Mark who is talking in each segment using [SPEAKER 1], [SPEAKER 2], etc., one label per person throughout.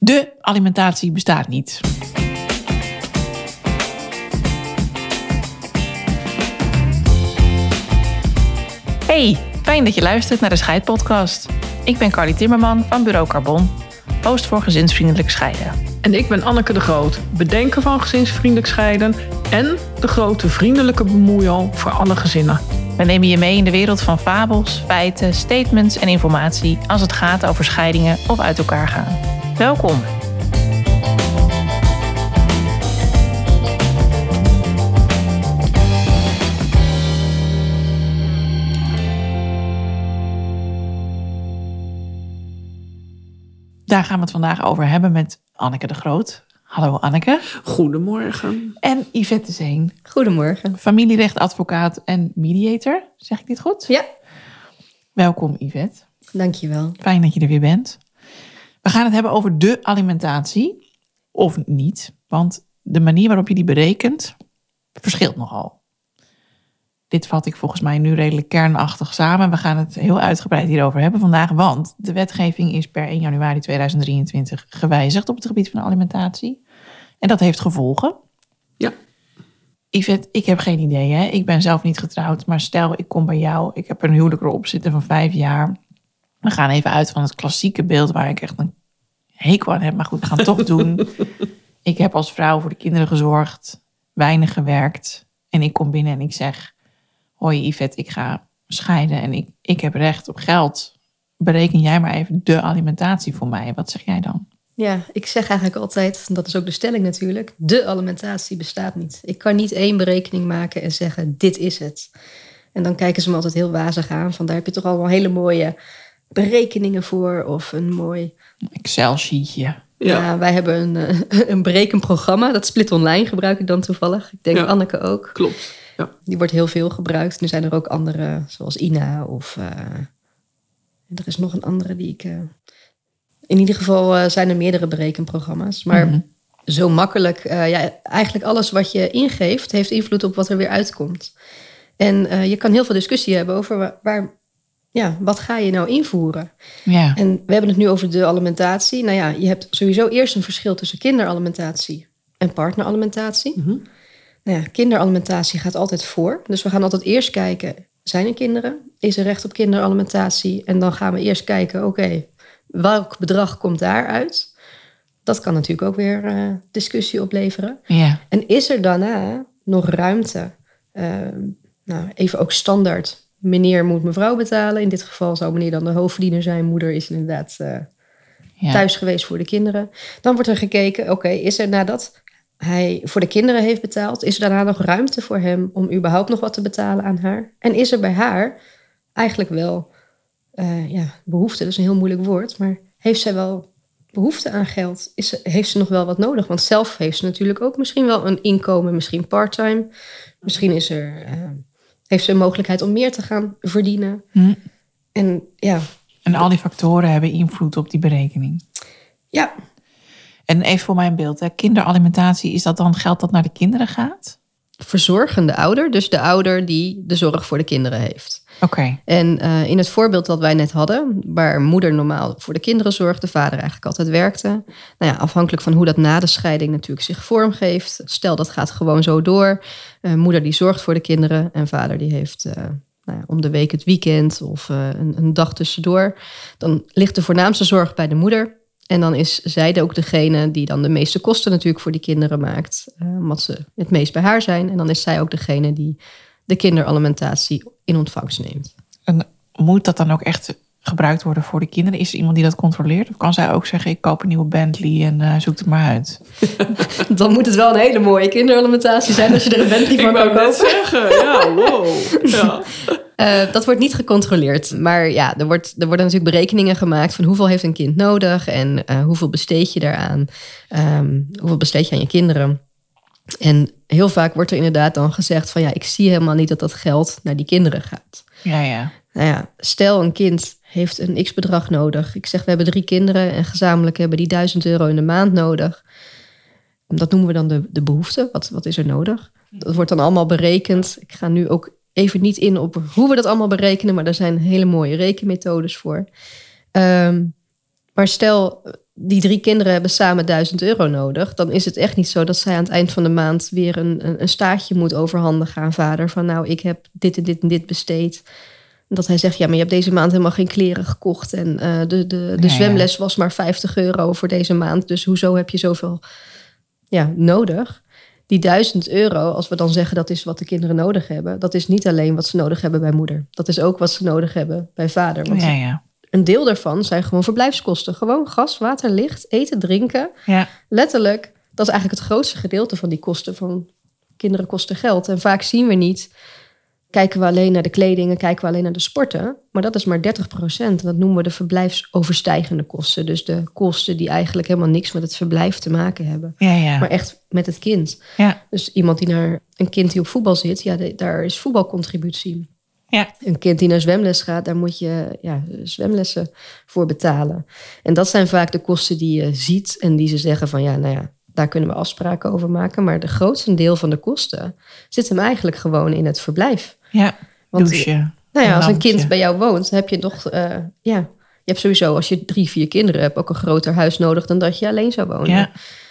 [SPEAKER 1] De alimentatie bestaat niet. Hey, fijn dat je luistert naar de Scheidpodcast. Ik ben Carly Timmerman van Bureau Carbon, host voor Gezinsvriendelijk Scheiden.
[SPEAKER 2] En ik ben Anneke de Groot, bedenker van Gezinsvriendelijk Scheiden en de grote vriendelijke bemoeial voor alle gezinnen.
[SPEAKER 1] We nemen je mee in de wereld van fabels, feiten, statements en informatie als het gaat over scheidingen of uit elkaar gaan. Welkom! Daar gaan we het vandaag over hebben met Anneke de Groot. Hallo Anneke.
[SPEAKER 2] Goedemorgen.
[SPEAKER 1] En Yvette Zeen.
[SPEAKER 3] Goedemorgen.
[SPEAKER 1] Familierechtadvocaat en mediator. Zeg ik dit goed?
[SPEAKER 3] Ja.
[SPEAKER 1] Welkom Yvette.
[SPEAKER 3] Dankjewel.
[SPEAKER 1] Fijn dat je er weer bent. We gaan het hebben over de alimentatie. Of niet. Want de manier waarop je die berekent verschilt nogal. Dit vat ik volgens mij nu redelijk kernachtig samen. We gaan het heel uitgebreid hierover hebben vandaag. Want de wetgeving is per 1 januari 2023 gewijzigd op het gebied van de alimentatie. En dat heeft gevolgen.
[SPEAKER 2] Ja.
[SPEAKER 1] Yvette, ik heb geen idee. Hè? Ik ben zelf niet getrouwd. Maar stel, ik kom bij jou. Ik heb een huwelijk erop zitten van 5 jaar. We gaan even uit van het klassieke beeld waar ik echt een hekel aan heb. Maar goed, we gaan het toch doen. Ik heb als vrouw voor de kinderen gezorgd. Weinig gewerkt. En ik kom binnen en ik zeg... Hoi Yvette, ik ga scheiden en ik heb recht op geld. Bereken jij maar even de alimentatie voor mij. Wat zeg jij dan?
[SPEAKER 3] Ja, ik zeg eigenlijk altijd, en dat is ook de stelling natuurlijk, de alimentatie bestaat niet. Ik kan niet 1 berekening maken en zeggen, dit is het. En dan kijken ze me altijd heel wazig aan, van daar heb je toch allemaal hele mooie berekeningen voor of een mooi...
[SPEAKER 1] Excel-sheetje.
[SPEAKER 3] Ja, wij hebben een berekenprogramma, dat Split Online gebruik ik dan toevallig. Ik denk Anneke ook.
[SPEAKER 2] Klopt. Ja.
[SPEAKER 3] Die wordt heel veel gebruikt. Nu zijn er ook andere, zoals Ina of... er is nog een andere die ik... In ieder geval zijn er meerdere berekenprogramma's. Maar zo makkelijk... eigenlijk alles wat je ingeeft... heeft invloed op wat er weer uitkomt. En je kan heel veel discussie hebben over... wat ga je nou invoeren?
[SPEAKER 1] Ja.
[SPEAKER 3] En we hebben het nu over de alimentatie. Nou ja, je hebt sowieso eerst een verschil tussen kinderalimentatie en partneralimentatie. Mm-hmm. Nou ja, kinderalimentatie gaat altijd voor. Dus we gaan altijd eerst kijken, zijn er kinderen? Is er recht op kinderalimentatie? En dan gaan we eerst kijken, oké, welk bedrag komt daaruit? Dat kan natuurlijk ook weer discussie opleveren.
[SPEAKER 1] Ja.
[SPEAKER 3] En is er daarna nog ruimte? Even ook standaard. Meneer moet mevrouw betalen. In dit geval zou meneer dan de hoofdverdiener zijn. Moeder is inderdaad thuis geweest voor de kinderen. Dan wordt er gekeken, oké, is er nadat hij voor de kinderen heeft betaald, is er daarna nog ruimte voor hem om überhaupt nog wat te betalen aan haar? En is er bij haar eigenlijk wel behoefte, dat is een heel moeilijk woord, maar heeft zij wel behoefte aan geld? Heeft ze nog wel wat nodig? Want zelf heeft ze natuurlijk ook misschien wel een inkomen, misschien parttime. Misschien heeft ze een mogelijkheid om meer te gaan verdienen.
[SPEAKER 1] En al die factoren hebben invloed op die berekening.
[SPEAKER 3] Ja.
[SPEAKER 1] En even voor mijn beeld, hè. Kinderalimentatie, is dat dan geld dat naar de kinderen gaat?
[SPEAKER 3] Verzorgende ouder, dus de ouder die de zorg voor de kinderen heeft.
[SPEAKER 1] Oké.
[SPEAKER 3] En in het voorbeeld dat wij net hadden, waar moeder normaal voor de kinderen zorgde, vader eigenlijk altijd werkte. Nou ja, afhankelijk van hoe dat na de scheiding natuurlijk zich vormgeeft. Stel dat gaat gewoon zo door. Moeder die zorgt voor de kinderen en vader die heeft om de week het weekend of een dag tussendoor. Dan ligt de voornaamste zorg bij de moeder. En dan is zij ook degene die dan de meeste kosten natuurlijk voor die kinderen maakt. Omdat ze het meest bij haar zijn. En dan is zij ook degene die de kinderalimentatie in ontvangst neemt.
[SPEAKER 1] En moet dat dan ook echt gebruikt worden voor de kinderen? Is er iemand die dat controleert? Of kan zij ook zeggen, ik koop een nieuwe Bentley en zoek het maar uit?
[SPEAKER 3] Dan moet het wel een hele mooie kinderalimentatie zijn als je er een Bentley van kan kopen.
[SPEAKER 2] Zeggen, ja, wow. Ja.
[SPEAKER 3] Dat wordt niet gecontroleerd. Maar ja, er worden natuurlijk berekeningen gemaakt van hoeveel heeft een kind nodig en hoeveel besteed je daaraan. Hoeveel besteed je aan je kinderen. En heel vaak wordt er inderdaad dan gezegd van ik zie helemaal niet dat geld naar die kinderen gaat.
[SPEAKER 1] Ja.
[SPEAKER 3] Nou ja, stel een kind heeft een x-bedrag nodig. Ik zeg, we hebben 3 kinderen en gezamenlijk hebben die €1000 in de maand nodig. Dat noemen we dan de behoefte. Wat is er nodig? Dat wordt dan allemaal berekend. Ik ga nu ook even niet in op hoe we dat allemaal berekenen, maar er zijn hele mooie rekenmethodes voor. Maar stel, die 3 kinderen hebben samen €1000 nodig. Dan is het echt niet zo dat zij aan het eind van de maand weer een staartje moet overhandigen aan vader. Van nou, ik heb dit en dit en dit besteed. Dat hij zegt, ja, maar je hebt deze maand helemaal geen kleren gekocht. En de zwemles was maar €50 voor deze maand. Dus hoezo heb je zoveel nodig? Die €1000, als we dan zeggen dat is wat de kinderen nodig hebben. Dat is niet alleen wat ze nodig hebben bij moeder. Dat is ook wat ze nodig hebben bij vader. Want een deel daarvan zijn gewoon verblijfskosten. Gewoon gas, water, licht, eten, drinken.
[SPEAKER 1] Ja.
[SPEAKER 3] Letterlijk, dat is eigenlijk het grootste gedeelte van die kosten. Van kinderen kosten geld. En vaak zien we niet, kijken we alleen naar de kledingen, kijken we alleen naar de sporten. Maar dat is maar 30%. Dat noemen we de verblijfsoverstijgende kosten. Dus de kosten die eigenlijk helemaal niks met het verblijf te maken hebben.
[SPEAKER 1] Ja.
[SPEAKER 3] Maar echt met het kind.
[SPEAKER 1] Ja.
[SPEAKER 3] Dus iemand die naar een kind die op voetbal zit, daar is voetbalcontributie.
[SPEAKER 1] Ja.
[SPEAKER 3] Een kind die naar zwemles gaat, daar moet je zwemlessen voor betalen. En dat zijn vaak de kosten die je ziet en die ze zeggen van daar kunnen we afspraken over maken. Maar de grootste deel van de kosten zit hem eigenlijk gewoon in het verblijf.
[SPEAKER 1] Ja,
[SPEAKER 3] want,
[SPEAKER 1] douchen.
[SPEAKER 3] Als een kind bij jou woont, heb je toch... je hebt sowieso, als je 3-4 kinderen hebt, ook een groter huis nodig dan dat je alleen zou wonen.
[SPEAKER 1] Ja.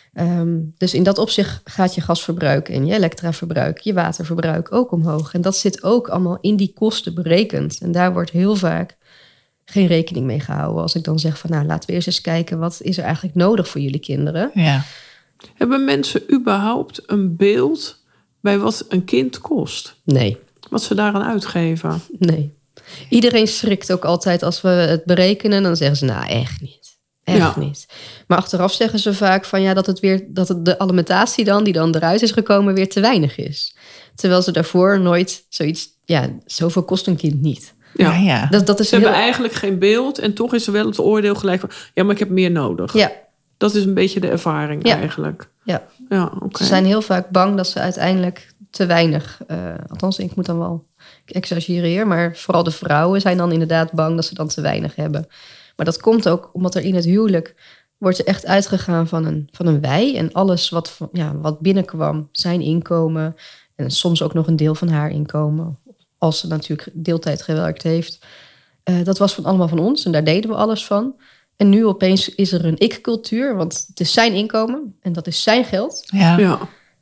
[SPEAKER 3] Dus in dat opzicht gaat je gasverbruik en je elektraverbruik, je waterverbruik ook omhoog. En dat zit ook allemaal in die kosten berekend. En daar wordt heel vaak geen rekening mee gehouden. Als ik dan zeg van laten we eerst eens kijken, wat is er eigenlijk nodig voor jullie kinderen?
[SPEAKER 1] Ja.
[SPEAKER 2] Hebben mensen überhaupt een beeld bij wat een kind kost?
[SPEAKER 3] Nee.
[SPEAKER 2] Wat ze daaraan uitgeven?
[SPEAKER 3] Nee. Iedereen schrikt ook altijd als we het berekenen. Dan zeggen ze, echt niet. Echt niet. Maar achteraf zeggen ze vaak van dat de alimentatie dan, die dan eruit is gekomen, weer te weinig is. Terwijl ze daarvoor nooit zoiets, zoveel kost een kind niet.
[SPEAKER 1] Ja.
[SPEAKER 3] Dat is
[SPEAKER 2] ze hebben eigenlijk geen beeld en toch is er wel het oordeel gelijk van, maar ik heb meer nodig.
[SPEAKER 3] Ja.
[SPEAKER 2] Dat is een beetje de ervaring eigenlijk.
[SPEAKER 3] Ja.
[SPEAKER 2] Okay.
[SPEAKER 3] Ze zijn heel vaak bang dat ze uiteindelijk te weinig, althans ik moet dan wel exaggereren, maar vooral de vrouwen zijn dan inderdaad bang dat ze dan te weinig hebben. Maar dat komt ook omdat er in het huwelijk wordt er echt uitgegaan van een wij. En alles wat binnenkwam, zijn inkomen. En soms ook nog een deel van haar inkomen. Als ze natuurlijk deeltijd gewerkt heeft. Dat was allemaal van ons en daar deden we alles van. En nu opeens is er een ik-cultuur. Want het is zijn inkomen en dat is zijn geld.
[SPEAKER 1] Ja.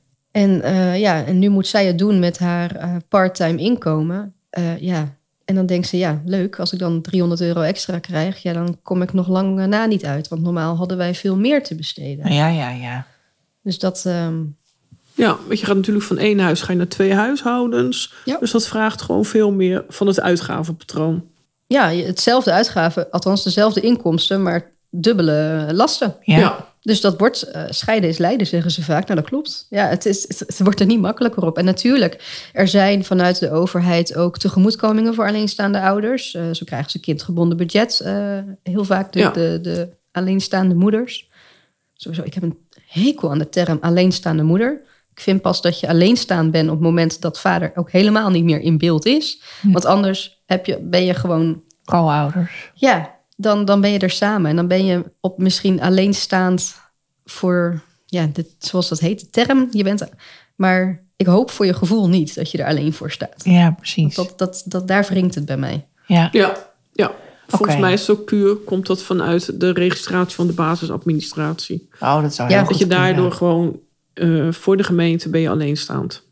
[SPEAKER 3] En nu moet zij het doen met haar part-time inkomen. En dan denkt ze, leuk, als ik dan €300 extra krijg, dan kom ik nog lang na niet uit. Want normaal hadden wij veel meer te besteden.
[SPEAKER 1] Ja.
[SPEAKER 3] Dus dat...
[SPEAKER 2] Ja, want je gaat natuurlijk van 1 huis ga je naar 2 huishoudens.
[SPEAKER 3] Ja.
[SPEAKER 2] Dus dat vraagt gewoon veel meer van het uitgavenpatroon.
[SPEAKER 3] Ja, hetzelfde uitgaven, althans dezelfde inkomsten, maar dubbele lasten.
[SPEAKER 1] Ja.
[SPEAKER 3] Dus dat wordt, scheiden is lijden, zeggen ze vaak. Nou, dat klopt. Ja, het wordt er niet makkelijker op. En natuurlijk, er zijn vanuit de overheid ook tegemoetkomingen voor alleenstaande ouders. Zo krijgen ze kindgebonden budget. Heel vaak de alleenstaande moeders. Sowieso, ik heb een hekel aan de term alleenstaande moeder. Ik vind pas dat je alleenstaand bent op het moment dat vader ook helemaal niet meer in beeld is. Want anders ben je gewoon...
[SPEAKER 1] Co-ouders.
[SPEAKER 3] Ja, dan ben je er samen. En dan ben je misschien alleenstaand voor, zoals dat heet, de term. Maar ik hoop voor je gevoel niet dat je er alleen voor staat.
[SPEAKER 1] Ja, precies.
[SPEAKER 3] Daar wringt het bij mij.
[SPEAKER 2] Ja. Volgens
[SPEAKER 1] Okay.
[SPEAKER 2] mij is het ook puur, komt dat vanuit de registratie van de basisadministratie.
[SPEAKER 1] Oh, dat zou heel goed
[SPEAKER 2] dat je daardoor
[SPEAKER 1] kunnen.
[SPEAKER 2] gewoon voor de gemeente ben je alleenstaand.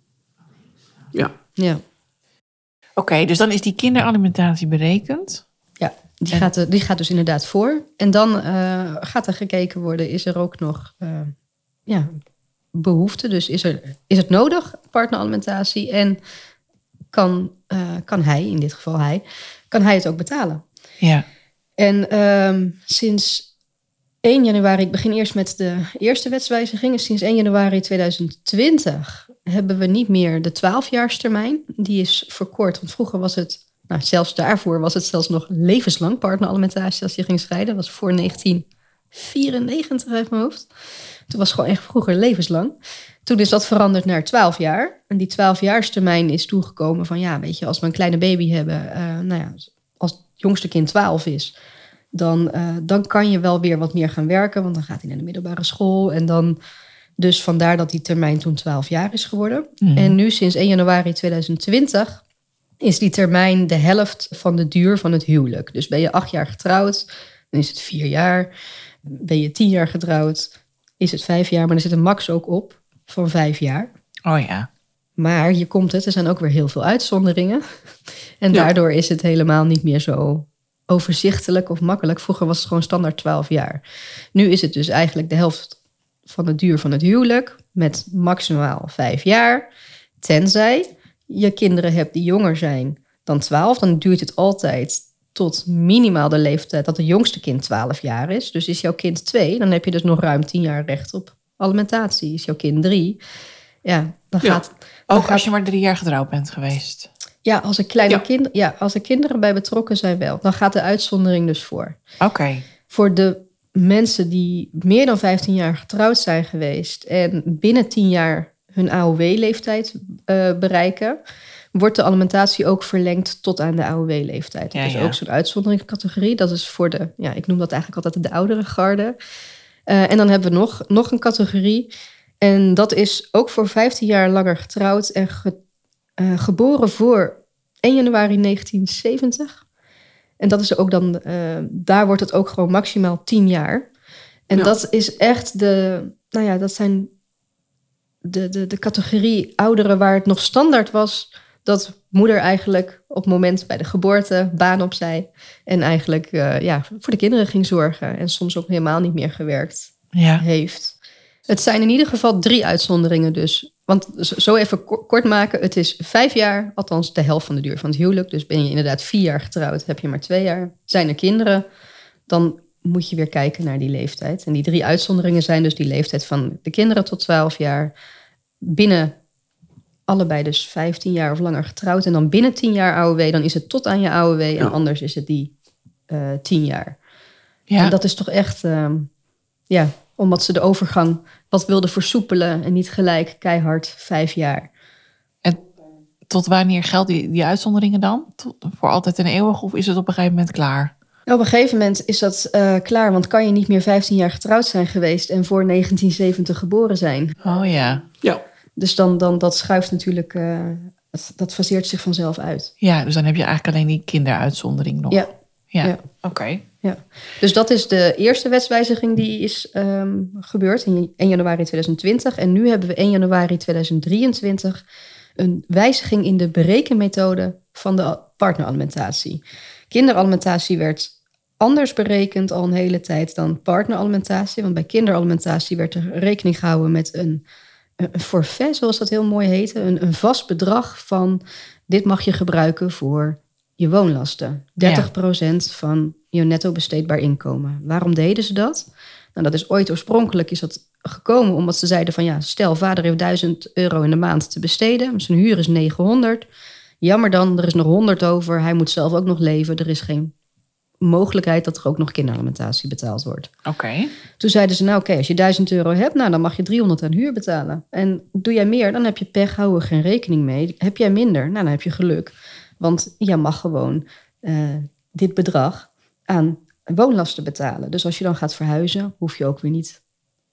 [SPEAKER 2] Ja.
[SPEAKER 1] Oké, dus dan is die kinderalimentatie berekend.
[SPEAKER 3] Ja, die gaat dus inderdaad voor. En dan gaat er gekeken worden, is er ook nog behoefte? Dus is het nodig, partneralimentatie? En kan hij, in dit geval kan hij het ook betalen?
[SPEAKER 1] Ja.
[SPEAKER 3] En sinds 1 januari, ik begin eerst met de eerste wetswijzigingen. Sinds 1 januari 2020 hebben we niet meer de 12-jaarstermijn. Die is verkort, want vroeger was het, zelfs daarvoor was het zelfs nog levenslang partneralimentatie als je ging scheiden. Dat was voor 1994 uit mijn hoofd. Toen was het gewoon echt vroeger levenslang. Toen is dat veranderd naar 12 jaar. En die 12-jaarstermijn is toegekomen van als we een kleine baby hebben, als het jongste kind 12 is, dan kan je wel weer wat meer gaan werken, want dan gaat hij naar de middelbare school. En dan, dus vandaar dat die termijn toen 12 jaar is geworden. Mm. En nu sinds 1 januari 2020 is die termijn de helft van de duur van het huwelijk. Dus ben je 8 jaar getrouwd, dan is het 4 jaar. Ben je 10 jaar getrouwd, is het 5 jaar. Maar er zit een max ook op van 5 jaar.
[SPEAKER 1] Oh ja.
[SPEAKER 3] Maar hier komt het, er zijn ook weer heel veel uitzonderingen. En daardoor is het helemaal niet meer zo overzichtelijk of makkelijk. Vroeger was het gewoon standaard 12 jaar. Nu is het dus eigenlijk de helft van de duur van het huwelijk met maximaal 5 jaar. Tenzij je kinderen hebt die jonger zijn dan 12, dan duurt het altijd tot minimaal de leeftijd dat het jongste kind 12 jaar is. Dus is jouw kind 2, dan heb je dus nog ruim 10 jaar recht op alimentatie. Is jouw kind 3, dan gaat...
[SPEAKER 1] Ook als je maar 3 jaar getrouwd bent geweest.
[SPEAKER 3] Ja, als er kinderen bij betrokken zijn wel. Dan gaat de uitzondering dus voor.
[SPEAKER 1] Oké.
[SPEAKER 3] Voor de mensen die meer dan 15 jaar getrouwd zijn geweest en binnen 10 jaar hun AOW-leeftijd bereiken, wordt de alimentatie ook verlengd tot aan de AOW-leeftijd. Dat is ook zo'n uitzonderingscategorie. Dat is voor de, ik noem dat eigenlijk altijd de oudere garde. En dan hebben we nog een categorie. En dat is ook voor 15 jaar langer getrouwd en geboren voor 1 januari 1970. En dat is ook dan, daar wordt het ook gewoon maximaal 10 jaar. En dat is echt dat zijn de categorie ouderen waar het nog standaard was dat moeder eigenlijk op het moment bij de geboorte baan opzij en eigenlijk voor de kinderen ging zorgen en soms ook helemaal niet meer gewerkt heeft. Het zijn in ieder geval 3 uitzonderingen dus. Want zo even kort maken, het is 5 jaar, althans de helft van de duur van het huwelijk. Dus ben je inderdaad 4 jaar getrouwd, heb je maar 2 jaar. Zijn er kinderen, dan moet je weer kijken naar die leeftijd. En die 3 uitzonderingen zijn dus die leeftijd van de kinderen tot 12 jaar. Binnen allebei dus 15 jaar of langer getrouwd. En dan binnen 10 jaar AOW, dan is het tot aan je AOW. En anders is het die 10 jaar. Ja. En dat is toch echt, omdat ze de overgang wat wilden versoepelen en niet gelijk keihard 5 jaar.
[SPEAKER 1] En tot wanneer geldt die uitzonderingen dan? Voor altijd en eeuwig of is het op een gegeven moment klaar?
[SPEAKER 3] Op een gegeven moment is dat klaar, want kan je niet meer 15 jaar getrouwd zijn geweest en voor 1970 geboren zijn.
[SPEAKER 1] Oh ja.
[SPEAKER 2] Ja.
[SPEAKER 3] Dus dan dat schuift natuurlijk, dat faseert zich vanzelf uit.
[SPEAKER 1] Ja, dus dan heb je eigenlijk alleen die kinderuitzondering nog. Ja. Oké.
[SPEAKER 3] Ja. Dus dat is de eerste wetswijziging die is gebeurd in 1 januari 2020. En nu hebben we 1 januari 2023 een wijziging in de berekenmethode van de partneralimentatie. Kinderalimentatie werd anders berekend al een hele tijd dan partneralimentatie. Want bij kinderalimentatie werd er rekening gehouden met een forfait, zoals dat heel mooi heette. Een vast bedrag van dit mag je gebruiken voor je woonlasten. 30% van je netto besteedbaar inkomen. Waarom deden ze dat? Nou, dat is oorspronkelijk is dat gekomen omdat ze zeiden van stel vader heeft €1000 in de maand te besteden. Zijn huur is 900. Jammer dan, er is nog 100 over. Hij moet zelf ook nog leven. Er is geen mogelijkheid dat er ook nog kinderalimentatie betaald wordt.
[SPEAKER 1] Oké.
[SPEAKER 3] Toen zeiden ze, als je €1000 hebt, dan mag je 300 aan huur betalen. En doe jij meer, dan heb je pech, hou er geen rekening mee. Heb jij minder, dan heb je geluk. Want jij mag gewoon dit bedrag aan woonlasten betalen. Dus als je dan gaat verhuizen, hoef je ook weer niet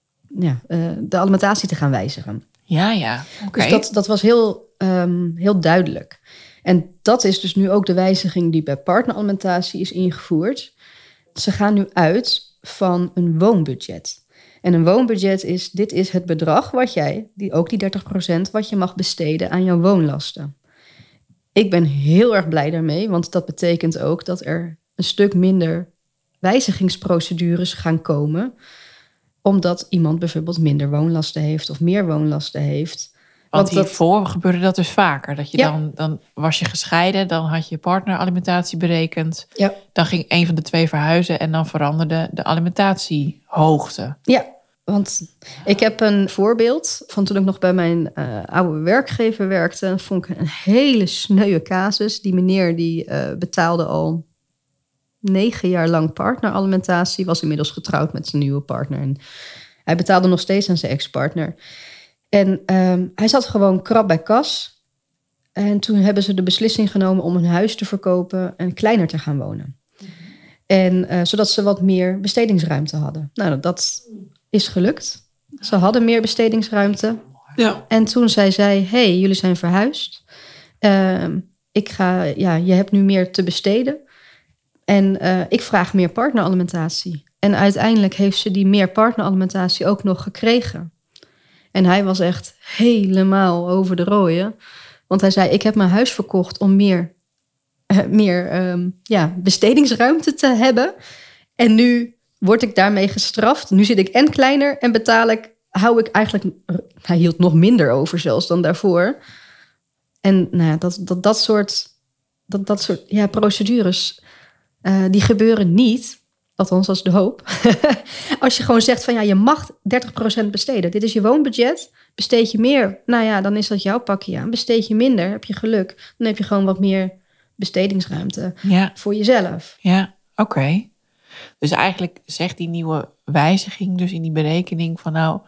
[SPEAKER 3] de alimentatie te gaan wijzigen.
[SPEAKER 1] Ja. Okay.
[SPEAKER 3] Dus dat was heel duidelijk. En dat is dus nu ook de wijziging die bij partneralimentatie is ingevoerd. Ze gaan nu uit van een woonbudget. En een woonbudget is het bedrag wat jij, ook die 30%, wat je mag besteden aan jouw woonlasten. Ik ben heel erg blij daarmee, want dat betekent ook dat er een stuk minder wijzigingsprocedures gaan komen, omdat iemand bijvoorbeeld minder woonlasten heeft of meer woonlasten heeft.
[SPEAKER 1] Want hiervoor gebeurde dat dus vaker. Dat je dan was je gescheiden, dan had je partneralimentatie berekend.
[SPEAKER 3] Ja.
[SPEAKER 1] Dan ging een van de 2 verhuizen en dan veranderde de alimentatiehoogte.
[SPEAKER 3] Ja, want ik heb een voorbeeld van toen ik nog bij mijn oude werkgever werkte. Dat vond ik een hele sneuwe casus. Die meneer die betaalde al 9 jaar lang partneralimentatie. Was inmiddels getrouwd met zijn nieuwe partner. En hij betaalde nog steeds aan zijn ex-partner. En hij zat gewoon krap bij kas. En toen hebben ze de beslissing genomen om hun huis te verkopen en kleiner te gaan wonen. En zodat ze wat meer bestedingsruimte hadden. Nou, dat is gelukt. Ze hadden meer bestedingsruimte.
[SPEAKER 2] Ja.
[SPEAKER 3] En toen zei zij, hey, jullie zijn verhuisd. Je hebt nu meer te besteden. En ik vraag meer partneralimentatie. En uiteindelijk heeft ze die meer partneralimentatie ook nog gekregen. En hij was echt helemaal over de rooien. Want hij zei, ik heb mijn huis verkocht om meer bestedingsruimte te hebben. En nu word ik daarmee gestraft. Nu zit ik en kleiner en hou ik eigenlijk... Hij hield nog minder over zelfs dan daarvoor. En nou, dat soort procedures, die gebeuren niet. Althans, dat is de hoop. Als je gewoon zegt van je mag 30% besteden. Dit is je woonbudget. Besteed je meer, nou ja, dan is dat jouw pakje aan. Besteed je minder, heb je geluk. Dan heb je gewoon wat meer bestedingsruimte voor jezelf.
[SPEAKER 1] Ja, oké. Dus eigenlijk zegt die nieuwe wijziging dus in die berekening van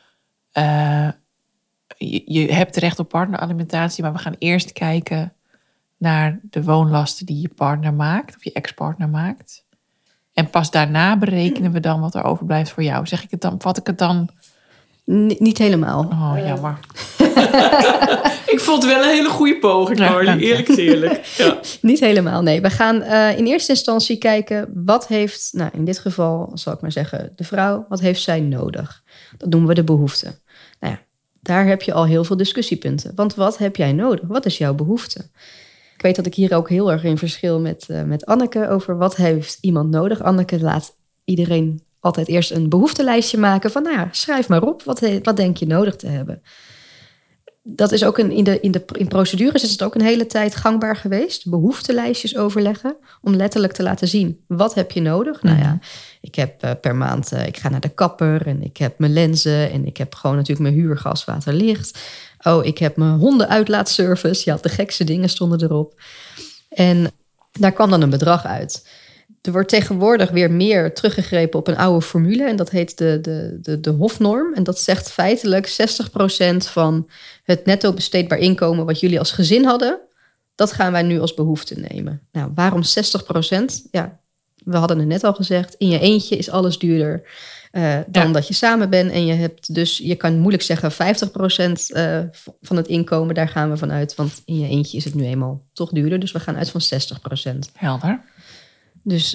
[SPEAKER 1] je hebt recht op partneralimentatie, maar we gaan eerst kijken naar de woonlasten die je partner maakt of je ex-partner maakt. En pas daarna berekenen we dan wat er overblijft voor jou. Zeg ik het dan? Vat ik het dan?
[SPEAKER 3] Niet helemaal.
[SPEAKER 1] Oh, jammer.
[SPEAKER 2] Ik vond het wel een hele goede poging, Marley. Eerlijk is eerlijk. Ja.
[SPEAKER 3] Niet helemaal, nee. We gaan in eerste instantie kijken, wat heeft, nou in dit geval zal ik maar zeggen, de vrouw, wat heeft zij nodig? Dat noemen we de behoefte. Nou ja, daar heb je al heel veel discussiepunten. Want wat heb jij nodig? Wat is jouw behoefte? Ik weet dat ik hier ook heel erg in verschil met Anneke over wat heeft iemand nodig. Anneke laat iedereen altijd eerst een behoeftelijstje maken van, nou ja, schrijf maar op. Wat denk je nodig te hebben? Dat is ook in procedures is het ook een hele tijd gangbaar geweest. Behoeftelijstjes overleggen om letterlijk te laten zien, wat heb je nodig? Nou ja, ik heb per maand, ik ga naar de kapper en ik heb mijn lenzen en ik heb gewoon natuurlijk mijn huur, gas, water, licht. Oh, ik heb mijn hondenuitlaatservice. Je had de gekste dingen stonden erop. En daar kwam dan een bedrag uit. Er wordt tegenwoordig weer meer teruggegrepen op een oude formule. En dat heet de hofnorm. En dat zegt feitelijk 60% van het netto besteedbaar inkomen wat jullie als gezin hadden, dat gaan wij nu als behoefte nemen. Nou, waarom 60%? Ja, we hadden het net al gezegd. In je eentje is alles duurder dan dat je samen bent. En je kan moeilijk zeggen 50% van het inkomen, daar gaan we vanuit. Want in je eentje is het nu eenmaal toch duurder. Dus we gaan uit van 60%.
[SPEAKER 1] Helder.
[SPEAKER 3] Dus,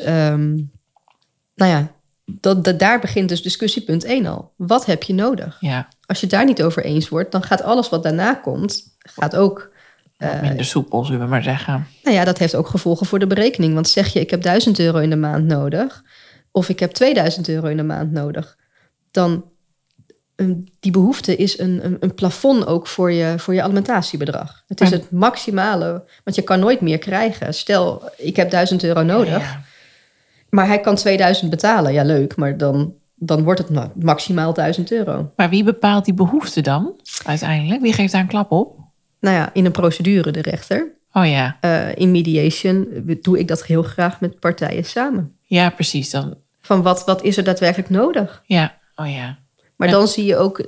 [SPEAKER 3] daar begint dus discussiepunt 1 al. Wat heb je nodig?
[SPEAKER 1] Ja.
[SPEAKER 3] Als je het daar niet over eens wordt, dan gaat alles wat daarna komt, gaat ook
[SPEAKER 1] minder soepel, zullen we maar zeggen.
[SPEAKER 3] Nou ja, dat heeft ook gevolgen voor de berekening. Want zeg je, ik heb €1000 in de maand nodig, of ik heb €2000 in de maand nodig, dan die behoefte is een plafond ook voor je alimentatiebedrag. Het is het maximale, want je kan nooit meer krijgen. Stel, ik heb €1000 nodig, maar hij kan 2000 betalen. Ja, leuk, maar dan wordt het maximaal €1000.
[SPEAKER 1] Maar wie bepaalt die behoefte dan uiteindelijk? Wie geeft daar een klap op?
[SPEAKER 3] Nou ja, in een procedure de rechter.
[SPEAKER 1] Oh ja.
[SPEAKER 3] In mediation doe ik dat heel graag met partijen samen.
[SPEAKER 1] Ja, precies. Dan.
[SPEAKER 3] Van wat is er daadwerkelijk nodig?
[SPEAKER 1] Ja, oh ja.
[SPEAKER 3] Maar dan zie je ook,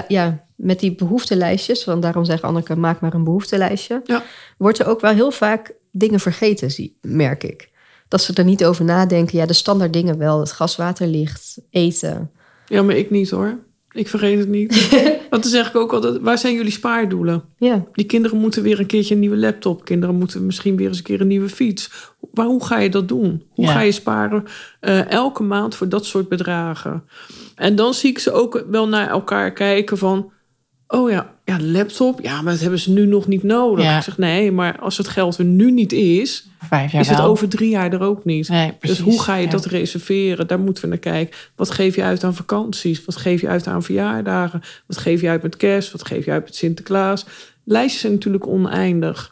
[SPEAKER 3] met die behoeftelijstjes, want daarom zegt Anneke, maak maar een behoeftelijstje. Ja. Wordt er ook wel heel vaak dingen vergeten, merk ik. Dat ze er niet over nadenken. Ja, de standaard dingen wel, het gas, water, licht, eten.
[SPEAKER 2] Ja, maar ik niet hoor. Ik vergeet het niet. Want dan zeg ik ook altijd, waar zijn jullie spaardoelen?
[SPEAKER 3] Ja.
[SPEAKER 2] Die kinderen moeten weer een keertje een nieuwe laptop. Kinderen moeten misschien weer eens een keer een nieuwe fiets. Maar hoe ga je dat doen? Hoe ga je sparen elke maand voor dat soort bedragen? En dan zie ik ze ook wel naar elkaar kijken van, oh ja, laptop, ja, maar dat hebben ze nu nog niet nodig. Ja. Ik zeg, nee, maar als het geld er nu niet is,
[SPEAKER 1] 5 jaar
[SPEAKER 2] is het over 3 jaar er ook niet.
[SPEAKER 1] Nee, precies,
[SPEAKER 2] dus hoe ga je dat reserveren? Daar moeten we naar kijken. Wat geef je uit aan vakanties? Wat geef je uit aan verjaardagen? Wat geef je uit met kerst? Wat geef je uit met Sinterklaas? Lijstjes zijn natuurlijk oneindig.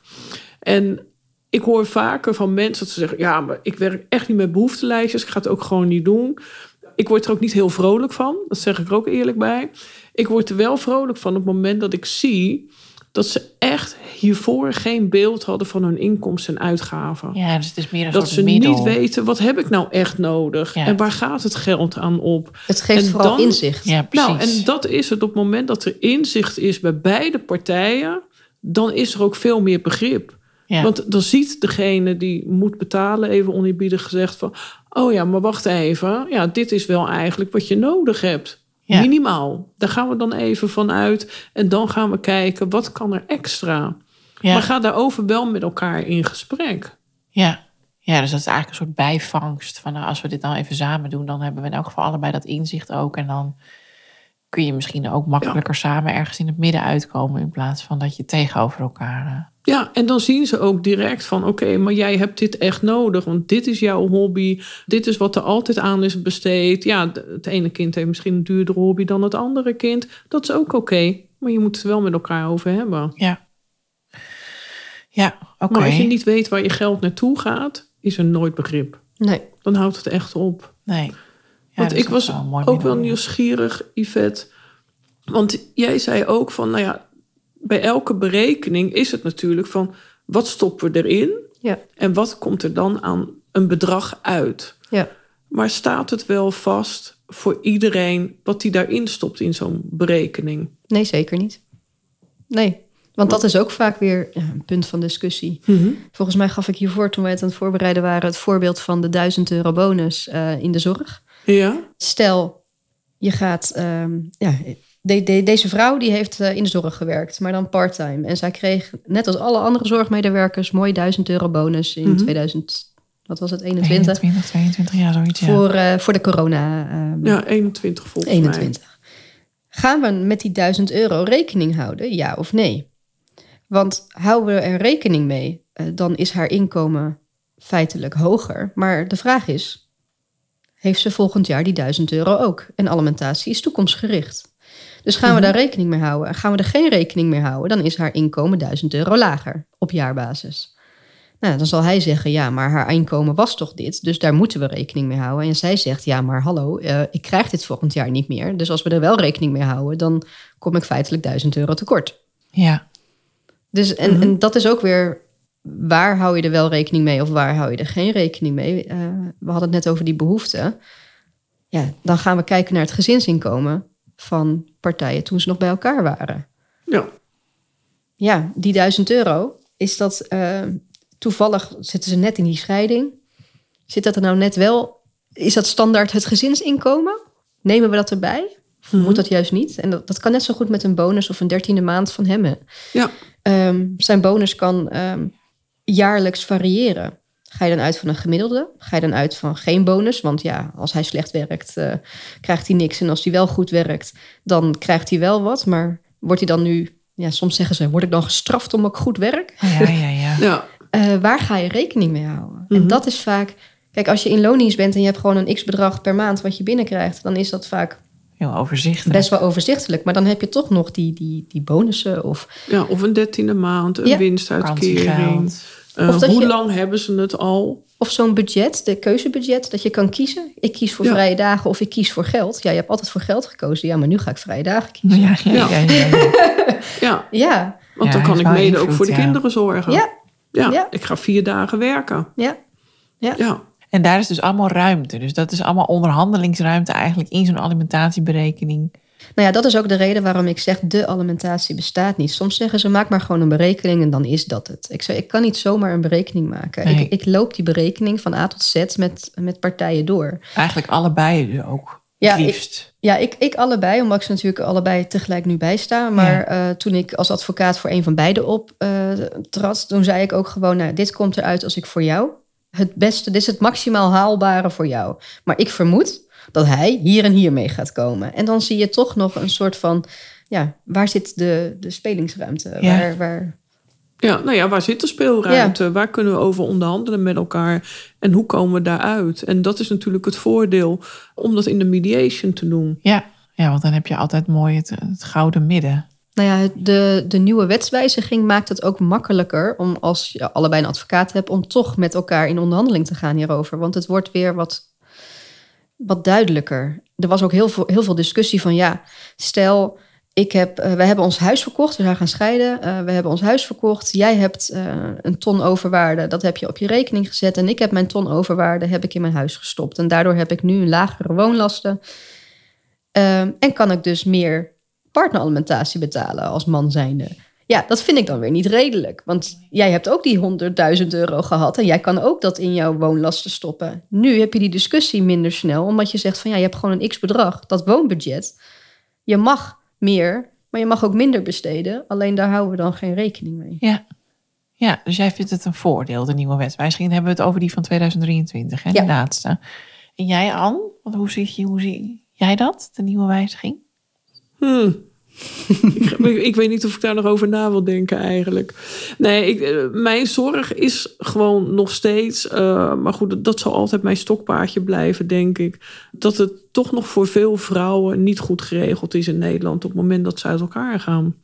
[SPEAKER 2] En ik hoor vaker van mensen dat ze zeggen, ja, maar ik werk echt niet met behoeftelijstjes. Ik ga het ook gewoon niet doen. Ik word er ook niet heel vrolijk van. Dat zeg ik er ook eerlijk bij. Ik word er wel vrolijk van op het moment dat ik zie dat ze echt hiervoor geen beeld hadden van hun inkomsten en uitgaven.
[SPEAKER 1] Ja, dus het is meer een
[SPEAKER 2] dat
[SPEAKER 1] soort
[SPEAKER 2] ze
[SPEAKER 1] middel.
[SPEAKER 2] Niet weten, wat heb ik nou echt nodig? Ja. En waar gaat het geld aan op?
[SPEAKER 3] Het geeft vooral inzicht.
[SPEAKER 1] Ja, precies.
[SPEAKER 2] Nou, en dat is het. Op het moment dat er inzicht is bij beide partijen, dan is er ook veel meer begrip. Ja. Want dan ziet degene die moet betalen, even oneerbiedig gezegd, van, oh ja, maar wacht even. Ja, dit is wel eigenlijk wat je nodig hebt. Ja. Minimaal. Daar gaan we dan even van uit. En dan gaan we kijken, wat kan er extra? Ja. Maar ga daarover wel met elkaar in gesprek.
[SPEAKER 1] Ja, Ja, dus dat is eigenlijk een soort bijvangst. Van als we dit dan even samen doen, dan hebben we in elk geval allebei dat inzicht ook. En dan kun je misschien ook makkelijker samen ergens in het midden uitkomen. In plaats van dat je tegenover elkaar...
[SPEAKER 2] Ja, en dan zien ze ook direct van... oké, maar jij hebt dit echt nodig. Want dit is jouw hobby. Dit is wat er altijd aan is besteed. Ja, het ene kind heeft misschien een duurdere hobby dan het andere kind. Dat is ook oké. Maar je moet het wel met elkaar over hebben.
[SPEAKER 1] Ja, oké.
[SPEAKER 2] Maar als je niet weet waar je geld naartoe gaat... is er nooit begrip.
[SPEAKER 3] Nee.
[SPEAKER 2] Dan houdt het echt op.
[SPEAKER 1] Nee. Ja,
[SPEAKER 2] want ik was ook wel nieuwsgierig, Yvette. Want jij zei ook van... nou ja, bij elke berekening is het natuurlijk van... wat stoppen we erin?
[SPEAKER 3] Ja.
[SPEAKER 2] En wat komt er dan aan een bedrag uit?
[SPEAKER 3] Ja.
[SPEAKER 2] Maar staat het wel vast voor iedereen... wat die daarin stopt in zo'n berekening?
[SPEAKER 3] Nee, zeker niet. Nee, want dat is ook vaak weer een punt van discussie.
[SPEAKER 2] Mm-hmm.
[SPEAKER 3] Volgens mij gaf ik hiervoor, toen wij het aan het voorbereiden waren... het voorbeeld van de €1000 bonus in de zorg.
[SPEAKER 2] Ja.
[SPEAKER 3] Stel, je gaat... Deze vrouw die heeft in de zorg gewerkt, maar dan part-time. En zij kreeg, net als alle andere zorgmedewerkers... mooi €1000 bonus in 2000... Wat was het, 21?
[SPEAKER 1] 22 jaar, zoiets,
[SPEAKER 3] voor de corona.
[SPEAKER 2] 21 volgens
[SPEAKER 3] 21. Mij. Gaan we met die €1000 rekening houden, ja of nee? Want houden we er rekening mee, dan is haar inkomen feitelijk hoger. Maar de vraag is, heeft ze volgend jaar die €1000 ook? En alimentatie is toekomstgericht. Dus gaan we daar rekening mee houden? En gaan we er geen rekening mee houden, dan is haar inkomen €1000 lager op jaarbasis. Nou, dan zal hij zeggen, ja, maar haar inkomen was toch dit? Dus daar moeten we rekening mee houden. En zij zegt, ja, maar hallo, ik krijg dit volgend jaar niet meer. Dus als we er wel rekening mee houden, dan kom ik feitelijk €1000 tekort.
[SPEAKER 1] Ja.
[SPEAKER 3] Dus, en dat is ook weer, waar hou je er wel rekening mee of waar hou je er geen rekening mee? We hadden het net over die behoeften. Ja, dan gaan we kijken naar het gezinsinkomen van partijen toen ze nog bij elkaar waren.
[SPEAKER 2] Ja.
[SPEAKER 3] Ja, die €1000, is dat... toevallig zitten ze net in die scheiding. Zit dat er nou net wel... Is dat standaard het gezinsinkomen? Nemen we dat erbij? Of moet dat juist niet? En dat kan net zo goed met een bonus of een 13e maand van hem.
[SPEAKER 2] Ja.
[SPEAKER 3] Zijn bonus kan jaarlijks variëren. Ga je dan uit van een gemiddelde? Ga je dan uit van geen bonus? Want ja, als hij slecht werkt, krijgt hij niks. En als hij wel goed werkt, dan krijgt hij wel wat. Maar wordt hij dan nu... Ja, soms zeggen ze, word ik dan gestraft omdat ik goed werk?
[SPEAKER 2] Ja.
[SPEAKER 3] Waar ga je rekening mee houden? En dat is vaak... Kijk, als je in loondienst bent en je hebt gewoon een x-bedrag per maand wat je binnenkrijgt, dan is dat vaak
[SPEAKER 1] heel overzichtelijk.
[SPEAKER 3] Best wel overzichtelijk. Maar dan heb je toch nog die bonussen. Of
[SPEAKER 2] een 13e maand, een winstuitkering. Hoe lang hebben ze het al?
[SPEAKER 3] Of zo'n budget, de keuzebudget, dat je kan kiezen. Ik kies voor vrije dagen of ik kies voor geld. Ja, je hebt altijd voor geld gekozen. Ja, maar nu ga ik vrije dagen kiezen.
[SPEAKER 2] Ja. Want dan kan ik mede ook voor de kinderen zorgen. Ja, ik ga 4 dagen werken.
[SPEAKER 3] Ja.
[SPEAKER 1] En daar is dus allemaal ruimte. Dus dat is allemaal onderhandelingsruimte eigenlijk in zo'n alimentatieberekening.
[SPEAKER 3] Nou ja, dat is ook de reden waarom ik zeg, de alimentatie bestaat niet. Soms zeggen ze, maak maar gewoon een berekening en dan is dat het. Ik zeg, ik kan niet zomaar een berekening maken. Nee. Ik loop die berekening van A tot Z met partijen door.
[SPEAKER 1] Eigenlijk allebei ook.
[SPEAKER 3] Ja,
[SPEAKER 1] liefst.
[SPEAKER 3] Ik allebei, omdat ik ze natuurlijk allebei tegelijk nu bijsta. Maar toen ik als advocaat voor een van beide optrad, toen zei ik ook gewoon, nou, dit komt eruit als ik voor jou het beste, dit is het maximaal haalbare voor jou. Maar ik vermoed dat hij hier en hier mee gaat komen. En dan zie je toch nog een soort van, waar zit de spelingsruimte?
[SPEAKER 1] Ja.
[SPEAKER 2] Waar zit de speelruimte? Ja. Waar kunnen we over onderhandelen met elkaar? En hoe komen we daaruit? En dat is natuurlijk het voordeel om dat in de mediation te doen.
[SPEAKER 1] Ja, want dan heb je altijd mooi het gouden midden.
[SPEAKER 3] Nou ja, de nieuwe wetswijziging maakt het ook makkelijker om, als je allebei een advocaat hebt, om toch met elkaar in onderhandeling te gaan hierover. Want het wordt weer wat duidelijker. Er was ook heel veel discussie van, stel, wij hebben ons huis verkocht, we zijn gaan scheiden. We hebben ons huis verkocht. Jij hebt een ton overwaarde, dat heb je op je rekening gezet. En ik heb mijn ton overwaarde, heb ik in mijn huis gestopt. En daardoor heb ik nu een lagere woonlasten. En kan ik dus meer partneralimentatie betalen als man zijnde. Ja, dat vind ik dan weer niet redelijk. Want jij hebt ook die €100.000 gehad en jij kan ook dat in jouw woonlasten stoppen. Nu heb je die discussie minder snel, omdat je zegt van je hebt gewoon een x-bedrag, dat woonbudget. Je mag meer, maar je mag ook minder besteden. Alleen daar houden we dan geen rekening mee.
[SPEAKER 1] Ja. Ja, dus jij vindt het een voordeel, de nieuwe wetswijziging. Dan hebben we het over die van 2023, hè, de laatste. En jij, Ann? Hoe zie jij dat, de nieuwe wijziging?
[SPEAKER 2] Ik weet niet of ik daar nog over na wil denken eigenlijk. Nee, mijn zorg is gewoon nog steeds... maar goed, dat zal altijd mijn stokpaardje blijven, denk ik. Dat het toch nog voor veel vrouwen niet goed geregeld is in Nederland... op het moment dat ze uit elkaar gaan.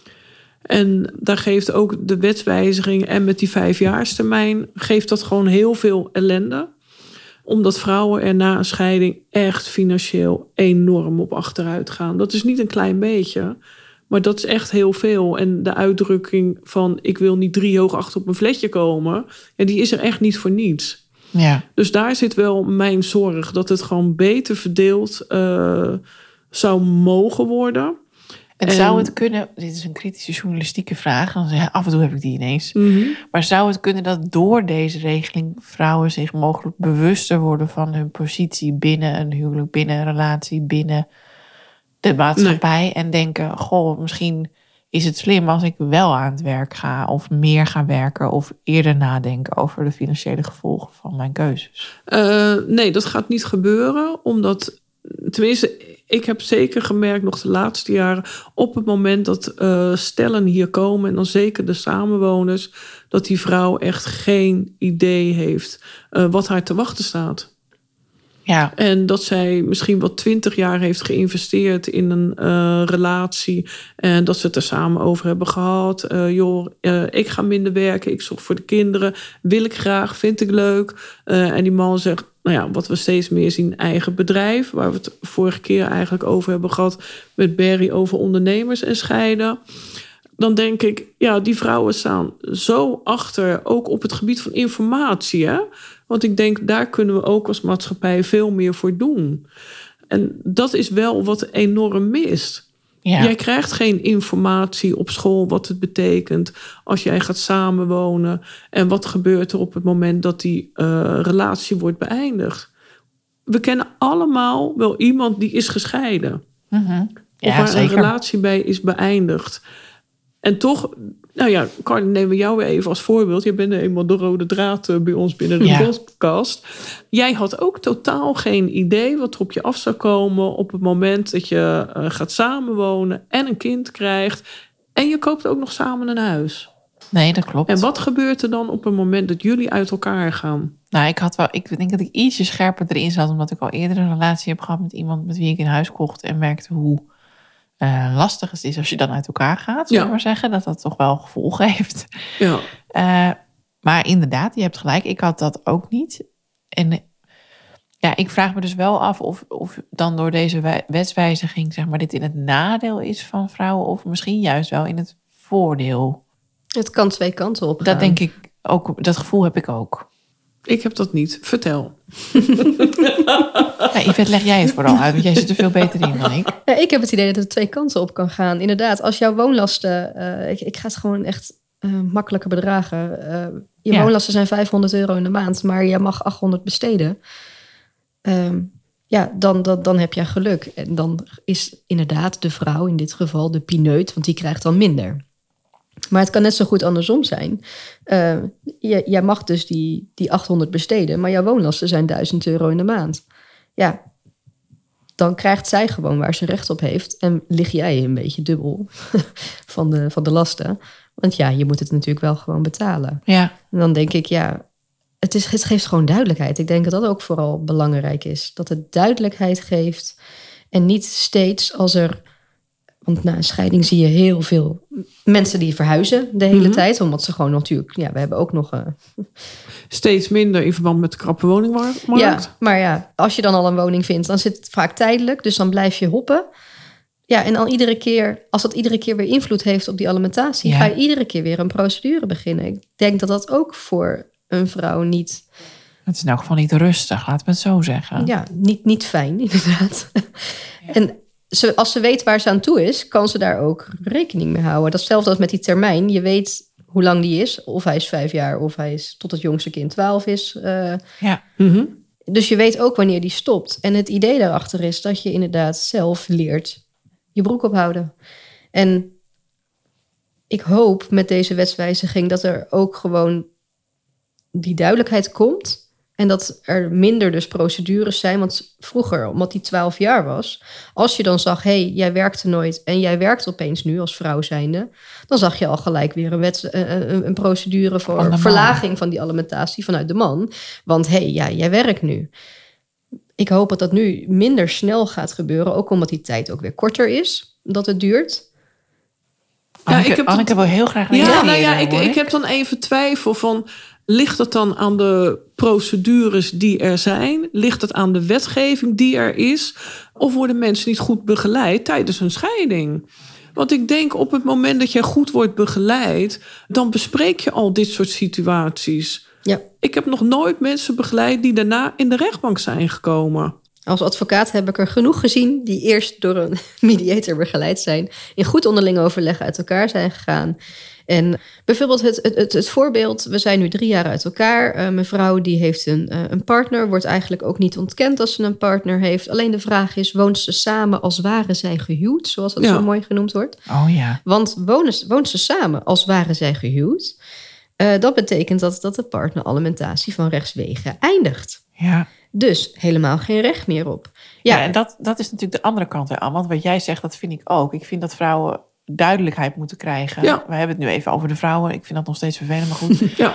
[SPEAKER 2] En daar geeft ook de wetswijziging en met die 5-jaarstermijn... geeft dat gewoon heel veel ellende. Omdat vrouwen er na een scheiding echt financieel enorm op achteruit gaan. Dat is niet een klein beetje, maar dat is echt heel veel. En de uitdrukking van ik wil niet 3 hoog achter op mijn vletje komen... Ja, die is er echt niet voor niets.
[SPEAKER 1] Ja.
[SPEAKER 2] Dus daar zit wel mijn zorg dat het gewoon beter verdeeld zou mogen worden...
[SPEAKER 1] En zou het kunnen, dit is een kritische journalistieke vraag, af en toe heb ik die ineens. Maar zou het kunnen dat door deze regeling vrouwen zich mogelijk bewuster worden van hun positie binnen een huwelijk, binnen een relatie, binnen de maatschappij? Nee. En denken, goh, misschien is het slim als ik wel aan het werk ga of meer ga werken of eerder nadenken over de financiële gevolgen van mijn keuzes?
[SPEAKER 2] Nee, dat gaat niet gebeuren, omdat, tenminste... Ik heb zeker gemerkt, nog de laatste jaren... op het moment dat stellen hier komen... en dan zeker de samenwoners... dat die vrouw echt geen idee heeft wat haar te wachten staat.
[SPEAKER 1] Ja.
[SPEAKER 2] En dat zij misschien wel 20 jaar heeft geïnvesteerd in een relatie... en dat ze het er samen over hebben gehad. Ik ga minder werken, ik zorg voor de kinderen... wil ik graag, vind ik leuk. En die man zegt... Nou ja, wat we steeds meer zien, eigen bedrijf... waar we het vorige keer eigenlijk over hebben gehad... met Barry over ondernemers en scheiden. Dan denk ik, ja, die vrouwen staan zo achter... ook op het gebied van informatie. Hè? Want ik denk, daar kunnen we ook als maatschappij... veel meer voor doen. En dat is wel wat enorm mist... Ja. Jij krijgt geen informatie op school wat het betekent als jij gaat samenwonen. En wat gebeurt er op het moment dat die relatie wordt beëindigd. We kennen allemaal wel iemand die is gescheiden.
[SPEAKER 1] Mm-hmm. Ja,
[SPEAKER 2] of waar
[SPEAKER 1] zeker.
[SPEAKER 2] een relatie bij is beëindigd. En toch, nou ja, Carly, nemen we jou weer even als voorbeeld. Je bent eenmaal de rode draad bij ons binnen de podcast. Jij had ook totaal geen idee wat er op je af zou komen... op het moment dat je gaat samenwonen en een kind krijgt... en je koopt ook nog samen een huis.
[SPEAKER 1] Nee, dat klopt.
[SPEAKER 2] En wat gebeurt er dan op het moment dat jullie uit elkaar gaan?
[SPEAKER 1] Nou, ik denk dat ik ietsje scherper erin zat... omdat ik al eerder een relatie heb gehad met iemand... met wie ik een huis kocht en merkte hoe... lastig het is als je dan uit elkaar gaat, zullen we maar zeggen. Dat toch wel gevolgen heeft.
[SPEAKER 2] Ja.
[SPEAKER 1] Maar inderdaad, je hebt gelijk. Ik had dat ook niet. En ja, ik vraag me dus wel af of dan door deze wetswijziging... zeg maar, dit in het nadeel is van vrouwen... of misschien juist wel in het voordeel.
[SPEAKER 3] Het kan 2 kanten op gaan.
[SPEAKER 1] Dat denk ik ook. Dat gevoel heb ik ook.
[SPEAKER 2] Ik heb dat niet. Vertel.
[SPEAKER 1] Ja, Yvette, leg jij het vooral uit, want jij zit er veel beter in dan ik.
[SPEAKER 3] Ja, ik heb het idee dat het 2 kanten op kan gaan. Inderdaad, als jouw woonlasten... ik ga het gewoon echt makkelijker bedragen. Je woonlasten zijn €500 in de maand, maar je mag 800 besteden. Dan heb je geluk. En dan is inderdaad de vrouw, in dit geval de pineut... want die krijgt dan minder. Maar het kan net zo goed andersom zijn. Jij mag dus die 800 besteden... maar jouw woonlasten zijn €1000 in de maand. Ja, dan krijgt zij gewoon waar ze recht op heeft... en lig jij een beetje dubbel van de lasten. Want ja, je moet het natuurlijk wel gewoon betalen.
[SPEAKER 1] Ja.
[SPEAKER 3] En dan denk ik, ja, het geeft gewoon duidelijkheid. Ik denk dat dat ook vooral belangrijk is. Dat het duidelijkheid geeft en niet steeds als er... Want na een scheiding zie je heel veel mensen die verhuizen de hele tijd. Omdat ze gewoon natuurlijk... Ja, we hebben ook nog...
[SPEAKER 2] Steeds minder in verband met de krappe woningmarkt.
[SPEAKER 3] Ja, maar ja, als je dan al een woning vindt... dan zit het vaak tijdelijk. Dus dan blijf je hoppen. Ja, en al iedere keer... Als dat iedere keer weer invloed heeft op die alimentatie... ga je iedere keer weer een procedure beginnen. Ik denk dat dat ook voor een vrouw niet...
[SPEAKER 1] Het is in elk geval niet rustig, laten we het zo zeggen.
[SPEAKER 3] Ja, niet fijn, inderdaad. Ja. En... als ze weet waar ze aan toe is, kan ze daar ook rekening mee houden. Dat is hetzelfde als met die termijn. Je weet hoe lang die is. Of hij is 5 jaar, of hij is tot het jongste kind 12 is.
[SPEAKER 1] Ja.
[SPEAKER 2] Mm-hmm.
[SPEAKER 3] Dus je weet ook wanneer die stopt. En het idee daarachter is dat je inderdaad zelf leert je broek ophouden. En ik hoop met deze wetswijziging dat er ook gewoon die duidelijkheid komt. En dat er minder dus procedures zijn. Want vroeger, omdat die 12 jaar was, als je dan zag, jij werkte nooit en jij werkt opeens nu als vrouw zijnde, dan zag je al gelijk weer een procedure voor verlaging van die alimentatie vanuit de man. Want jij werkt nu. Ik hoop dat dat nu minder snel gaat gebeuren, ook omdat die tijd ook weer korter is, dat het duurt.
[SPEAKER 1] Anneke wil heel graag
[SPEAKER 2] ik heb dan even twijfel van, ligt het dan aan de procedures die er zijn? Ligt het aan de wetgeving die er is? Of worden mensen niet goed begeleid tijdens een scheiding? Want ik denk op het moment dat jij goed wordt begeleid, dan bespreek je al dit soort situaties. Ja. Ik heb nog nooit mensen begeleid die daarna in de rechtbank zijn gekomen.
[SPEAKER 3] Als advocaat heb ik er genoeg gezien die eerst door een mediator begeleid zijn, in goed onderling overleg uit elkaar zijn gegaan. En bijvoorbeeld het voorbeeld, we zijn nu 3 jaar uit elkaar. Mijn vrouw die heeft een partner, wordt eigenlijk ook niet ontkend als ze een partner heeft. Alleen de vraag is, woont ze samen als waren zij gehuwd, zoals dat zo mooi genoemd wordt.
[SPEAKER 1] Oh ja.
[SPEAKER 3] Want woont ze samen als waren zij gehuwd, dat betekent dat de partner alimentatie van rechtswege eindigt.
[SPEAKER 1] Ja.
[SPEAKER 3] Dus helemaal geen recht meer op.
[SPEAKER 1] Ja, en dat is natuurlijk de andere kant eraan. Want wat jij zegt, dat vind ik ook. Ik vind dat vrouwen duidelijkheid moeten krijgen.
[SPEAKER 2] Ja.
[SPEAKER 1] We hebben het nu even over de vrouwen. Ik vind dat nog steeds vervelend, maar goed.
[SPEAKER 2] Ja.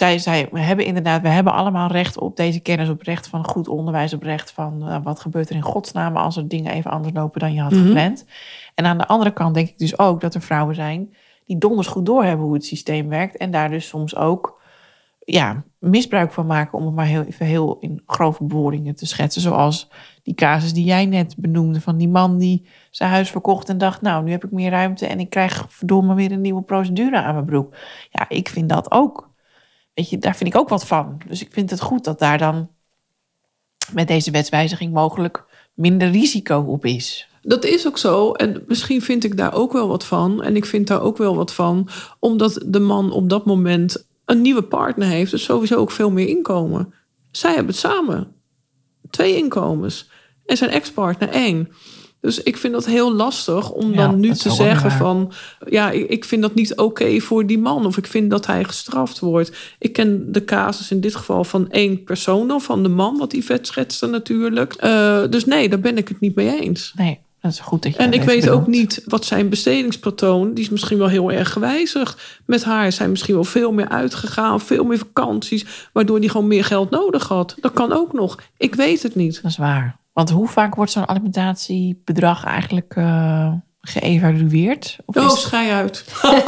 [SPEAKER 1] We hebben allemaal recht op deze kennis, op recht van goed onderwijs, op recht van wat gebeurt er in godsnaam als er dingen even anders lopen dan je had gepland. En aan de andere kant denk ik dus ook dat er vrouwen zijn die donders goed doorhebben hoe het systeem werkt en daar dus soms ook misbruik van maken, om het maar heel in grove bewoordingen te schetsen. Zoals die casus die jij net benoemde van die man die zijn huis verkocht en dacht, nou, nu heb ik meer ruimte en ik krijg verdomme weer een nieuwe procedure aan mijn broek. Ja, ik vind dat ook. Weet je, daar vind ik ook wat van. Dus ik vind het goed dat daar dan met deze wetswijziging mogelijk minder risico op is.
[SPEAKER 2] Dat is ook zo. En misschien vind ik daar ook wel wat van. En ik vind daar ook wel wat van, omdat de man op dat moment een nieuwe partner heeft, dus sowieso ook veel meer inkomen. Zij hebben het samen. 2 inkomens. En zijn ex-partner 1. Dus ik vind dat heel lastig om dan nu te zeggen van, ik vind dat niet oké voor die man. Of ik vind dat hij gestraft wordt. Ik ken de casus in dit geval van 1 persoon, of van de man, wat Yvette schetste natuurlijk. Dus nee, daar ben ik het niet mee eens.
[SPEAKER 1] Nee. Dat is goed dat je
[SPEAKER 2] en ik weet ook niet wat zijn bestedingspatroon, die is misschien wel heel erg gewijzigd. Met haar zijn misschien wel veel meer uitgegaan, veel meer vakanties, waardoor die gewoon meer geld nodig had. Dat kan ook nog. Ik weet het niet.
[SPEAKER 1] Dat is waar. Want hoe vaak wordt zo'n alimentatiebedrag eigenlijk geëvalueerd?
[SPEAKER 2] Schei uit.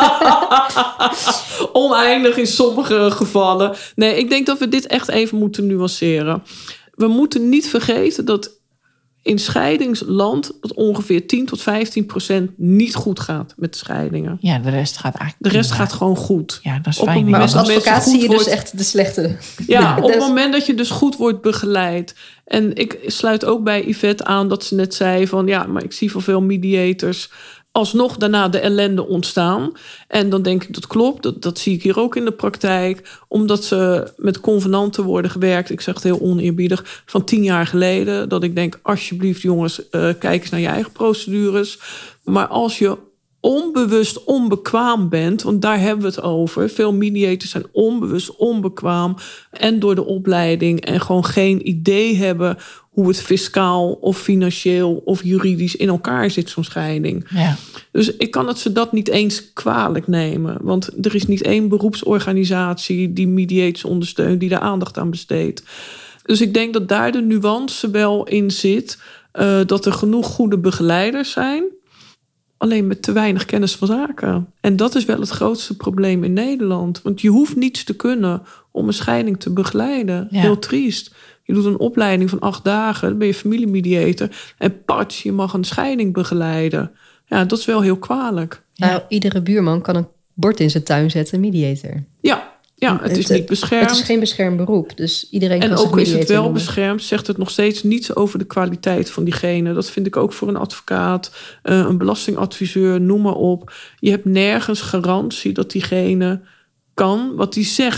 [SPEAKER 2] Oneindig in sommige gevallen. Nee, ik denk dat we dit echt even moeten nuanceren. We moeten niet vergeten dat in scheidingsland dat ongeveer 10-15% niet goed gaat met scheidingen.
[SPEAKER 1] Ja, de rest gaat eigenlijk.
[SPEAKER 2] De rest gaat gewoon goed.
[SPEAKER 1] Ja, dat is fijn.
[SPEAKER 3] Maar als advocaat zie je dus echt de slechte.
[SPEAKER 2] Ja, op het moment dat je dus goed wordt begeleid. En ik sluit ook bij Yvette aan dat ze net zei van, maar ik zie van veel mediators alsnog daarna de ellende ontstaan. En dan denk ik, dat klopt. Dat zie ik hier ook in de praktijk. Omdat ze met convenanten worden gewerkt. Ik zeg het heel oneerbiedig. Van 10 jaar geleden. Dat ik denk, alsjeblieft jongens, kijk eens naar je eigen procedures. Maar als je onbewust onbekwaam bent, want daar hebben we het over. Veel mediators zijn onbewust onbekwaam. En door de opleiding en gewoon geen idee hebben hoe het fiscaal of financieel of juridisch in elkaar zit, zo'n scheiding.
[SPEAKER 1] Ja.
[SPEAKER 2] Dus ik kan het ze dat niet eens kwalijk nemen. Want er is niet 1 beroepsorganisatie die mediators ondersteunt, die daar aandacht aan besteedt. Dus ik denk dat daar de nuance wel in zit. Dat er genoeg goede begeleiders zijn. Alleen met te weinig kennis van zaken. En dat is wel het grootste probleem in Nederland. Want je hoeft niets te kunnen om een scheiding te begeleiden. Ja. Heel triest. Je doet een opleiding van 8 dagen, dan ben je familiemediator. En pats, je mag een scheiding begeleiden. Ja, dat is wel heel kwalijk.
[SPEAKER 3] Nou, iedere buurman kan een bord in zijn tuin zetten, mediator.
[SPEAKER 2] Ja, het is niet beschermd.
[SPEAKER 3] Het is geen beschermd beroep, dus iedereen kan
[SPEAKER 2] en
[SPEAKER 3] zich
[SPEAKER 2] ook is het wel
[SPEAKER 3] noemen.
[SPEAKER 2] beschermd, zegt het nog steeds niets over de kwaliteit van diegene. Dat vind ik ook voor een advocaat, een belastingadviseur, noem maar op. Je hebt nergens garantie dat diegene kan wat hij zegt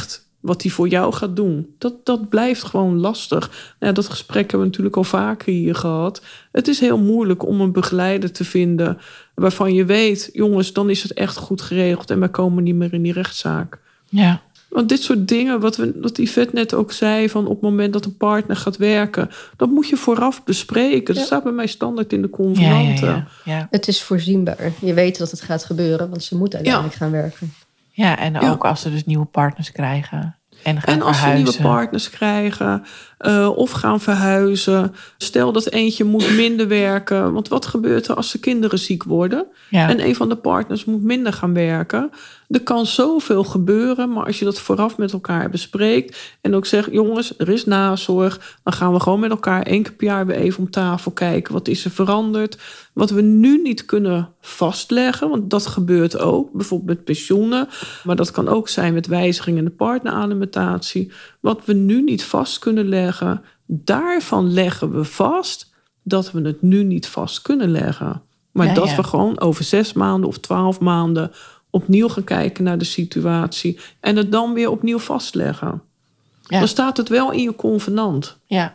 [SPEAKER 2] wat hij voor jou gaat doen. Dat blijft gewoon lastig. Ja, dat gesprek hebben we natuurlijk al vaker hier gehad. Het is heel moeilijk om een begeleider te vinden waarvan je weet, jongens, dan is het echt goed geregeld en wij komen niet meer in die rechtszaak.
[SPEAKER 1] Ja.
[SPEAKER 2] Want dit soort dingen, wat Yvette net ook zei, van op het moment dat een partner gaat werken, dat moet je vooraf bespreken. Dat staat bij mij standaard in de convenanten.
[SPEAKER 1] Ja.
[SPEAKER 3] Het is voorzienbaar. Je weet dat het gaat gebeuren, want ze moeten uiteindelijk gaan werken.
[SPEAKER 1] Ja, en ook als ze dus nieuwe partners krijgen. En
[SPEAKER 2] als ze nieuwe partners krijgen of gaan verhuizen. Stel dat eentje moet minder werken. Want wat gebeurt er als de kinderen ziek worden? Ja. En een van de partners moet minder gaan werken. Er kan zoveel gebeuren. Maar als je dat vooraf met elkaar bespreekt. En ook zegt, jongens, er is nazorg. Dan gaan we gewoon met elkaar 1 keer per jaar weer even om tafel kijken. Wat is er veranderd? Wat we nu niet kunnen vastleggen. Want dat gebeurt ook. Bijvoorbeeld met pensioenen. Maar dat kan ook zijn met wijzigingen in de partneralimentatie. Wat we nu niet vast kunnen leggen. Daarvan leggen we vast dat we het nu niet vast kunnen leggen. Maar we gewoon over 6 maanden of 12 maanden opnieuw gaan kijken naar de situatie. En het dan weer opnieuw vastleggen. Ja. Dan staat het wel in je convenant.
[SPEAKER 1] Ja.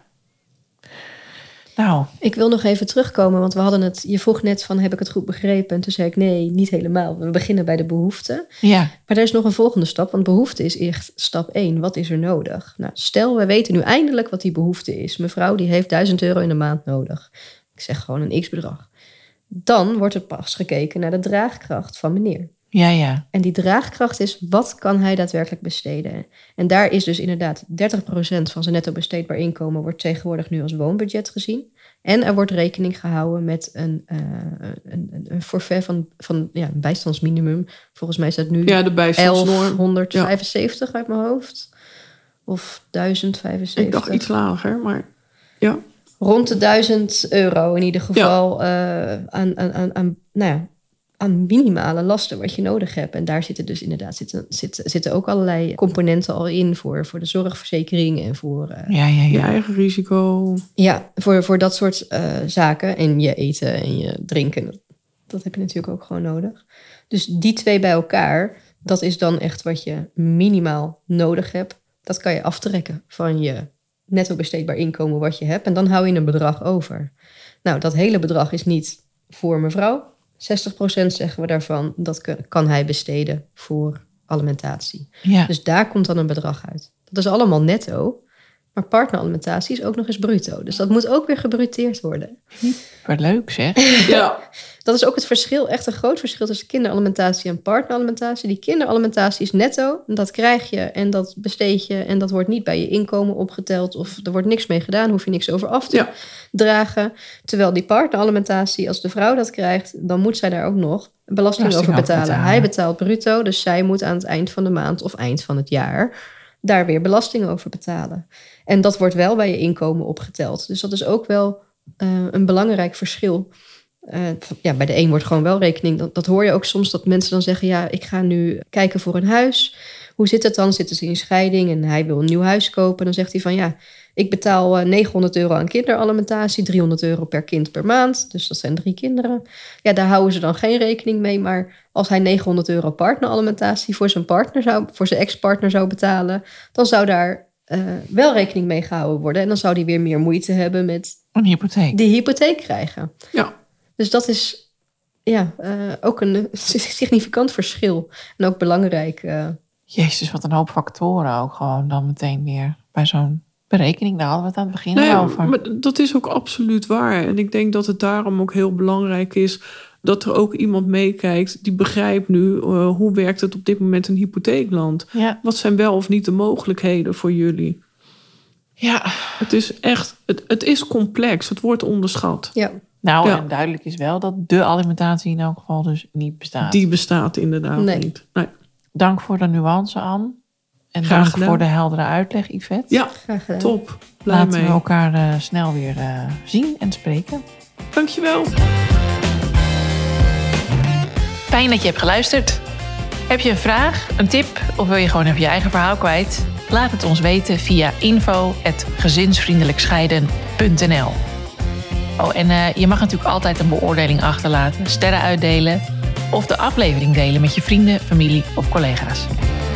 [SPEAKER 1] Nou.
[SPEAKER 3] Ik wil nog even terugkomen, want we hadden het. Je vroeg net van, heb ik het goed begrepen? En toen zei ik, nee, niet helemaal. We beginnen bij de behoeften.
[SPEAKER 1] Ja.
[SPEAKER 3] Maar er is nog een volgende stap, want behoefte is echt stap 1. Wat is er nodig? Nou, stel, we weten nu eindelijk wat die behoefte is. Mevrouw, die heeft €1000 in de maand nodig. Ik zeg gewoon een x-bedrag. Dan wordt er pas gekeken naar de draagkracht van meneer.
[SPEAKER 1] Ja.
[SPEAKER 3] En die draagkracht is, wat kan hij daadwerkelijk besteden? En daar is dus inderdaad 30% van zijn netto besteedbaar inkomen wordt tegenwoordig nu als woonbudget gezien. En er wordt rekening gehouden met een forfait van een bijstandsminimum. Volgens mij is dat nu
[SPEAKER 2] de bijstandsnorm
[SPEAKER 3] 1175 uit mijn hoofd. Of 1075.
[SPEAKER 2] Ik dacht iets lager, maar ja.
[SPEAKER 3] Rond de €1000 in ieder geval aan minimale lasten wat je nodig hebt. En daar zitten dus inderdaad zitten ook allerlei componenten al in voor de zorgverzekering en voor
[SPEAKER 2] je eigen risico.
[SPEAKER 3] Ja, voor dat soort zaken. En je eten en je drinken, dat heb je natuurlijk ook gewoon nodig. Dus die 2 bij elkaar, dat is dan echt wat je minimaal nodig hebt. Dat kan je aftrekken van je netto besteedbaar inkomen wat je hebt. En dan hou je een bedrag over. Nou, dat hele bedrag is niet voor mevrouw. 60% zeggen we daarvan, dat kan hij besteden voor alimentatie.
[SPEAKER 1] Ja.
[SPEAKER 3] Dus daar komt dan een bedrag uit. Dat is allemaal netto. Maar partneralimentatie is ook nog eens bruto. Dus dat moet ook weer gebruteerd worden.
[SPEAKER 1] Wat leuk zeg.
[SPEAKER 2] Ja.
[SPEAKER 3] Dat is ook het verschil, echt een groot verschil tussen kinderalimentatie en partneralimentatie. Die kinderalimentatie is netto. En dat krijg je en dat besteed je. En dat wordt niet bij je inkomen opgeteld. Of er wordt niks mee gedaan. Hoef je niks over af te dragen. Terwijl die partneralimentatie, als de vrouw dat krijgt, dan moet zij daar ook nog belasting over betalen. Hij betaalt bruto, dus zij moet aan het eind van de maand of eind van het jaar daar weer belasting over betalen. En dat wordt wel bij je inkomen opgeteld. Dus dat is ook wel een belangrijk verschil. Bij de een wordt gewoon wel rekening. Dat hoor je ook soms, dat mensen dan zeggen, ja, ik ga nu kijken voor een huis. Hoe zit het dan? Zitten ze in scheiding en hij wil een nieuw huis kopen? Dan zegt hij van, ja, ik betaal €900 aan kinderalimentatie, €300 per kind per maand. Dus dat zijn 3 kinderen. Ja, daar houden ze dan geen rekening mee. Maar als hij €900 partneralimentatie voor zijn ex-partner zou betalen, dan zou daar wel rekening mee gehouden worden. En dan zou hij weer meer moeite hebben met
[SPEAKER 1] een hypotheek.
[SPEAKER 3] Die hypotheek krijgen.
[SPEAKER 2] Ja.
[SPEAKER 3] Dus dat is ook een significant verschil. En ook belangrijk.
[SPEAKER 1] Jezus, wat een hoop factoren ook gewoon dan meteen weer bij zo'n berekening. Daar hadden we het aan het begin over.
[SPEAKER 2] Maar dat is ook absoluut waar. En ik denk dat het daarom ook heel belangrijk is dat er ook iemand meekijkt die begrijpt nu hoe werkt het op dit moment in hypotheekland.
[SPEAKER 1] Ja.
[SPEAKER 2] Wat zijn wel of niet de mogelijkheden voor jullie?
[SPEAKER 1] Ja.
[SPEAKER 2] Het is echt, het is complex. Het wordt onderschat.
[SPEAKER 3] Ja.
[SPEAKER 1] Nou, en duidelijk is wel dat de alimentatie in elk geval dus niet bestaat.
[SPEAKER 2] Die bestaat inderdaad niet. Nee.
[SPEAKER 1] Dank voor de nuance, Anne. En
[SPEAKER 2] Graag
[SPEAKER 1] dank
[SPEAKER 2] gedaan.
[SPEAKER 1] voor de heldere uitleg, Yvette.
[SPEAKER 2] Ja,
[SPEAKER 3] graag gedaan.
[SPEAKER 2] Top. Blij
[SPEAKER 1] Laten
[SPEAKER 2] mee.
[SPEAKER 1] we elkaar snel weer zien en spreken.
[SPEAKER 2] Dankjewel.
[SPEAKER 1] Fijn dat je hebt geluisterd. Heb je een vraag, een tip of wil je gewoon even je eigen verhaal kwijt? Laat het ons weten via info@gezinsvriendelijkscheiden.nl. Oh, en je mag natuurlijk altijd een beoordeling achterlaten, sterren uitdelen of de aflevering delen met je vrienden, familie of collega's.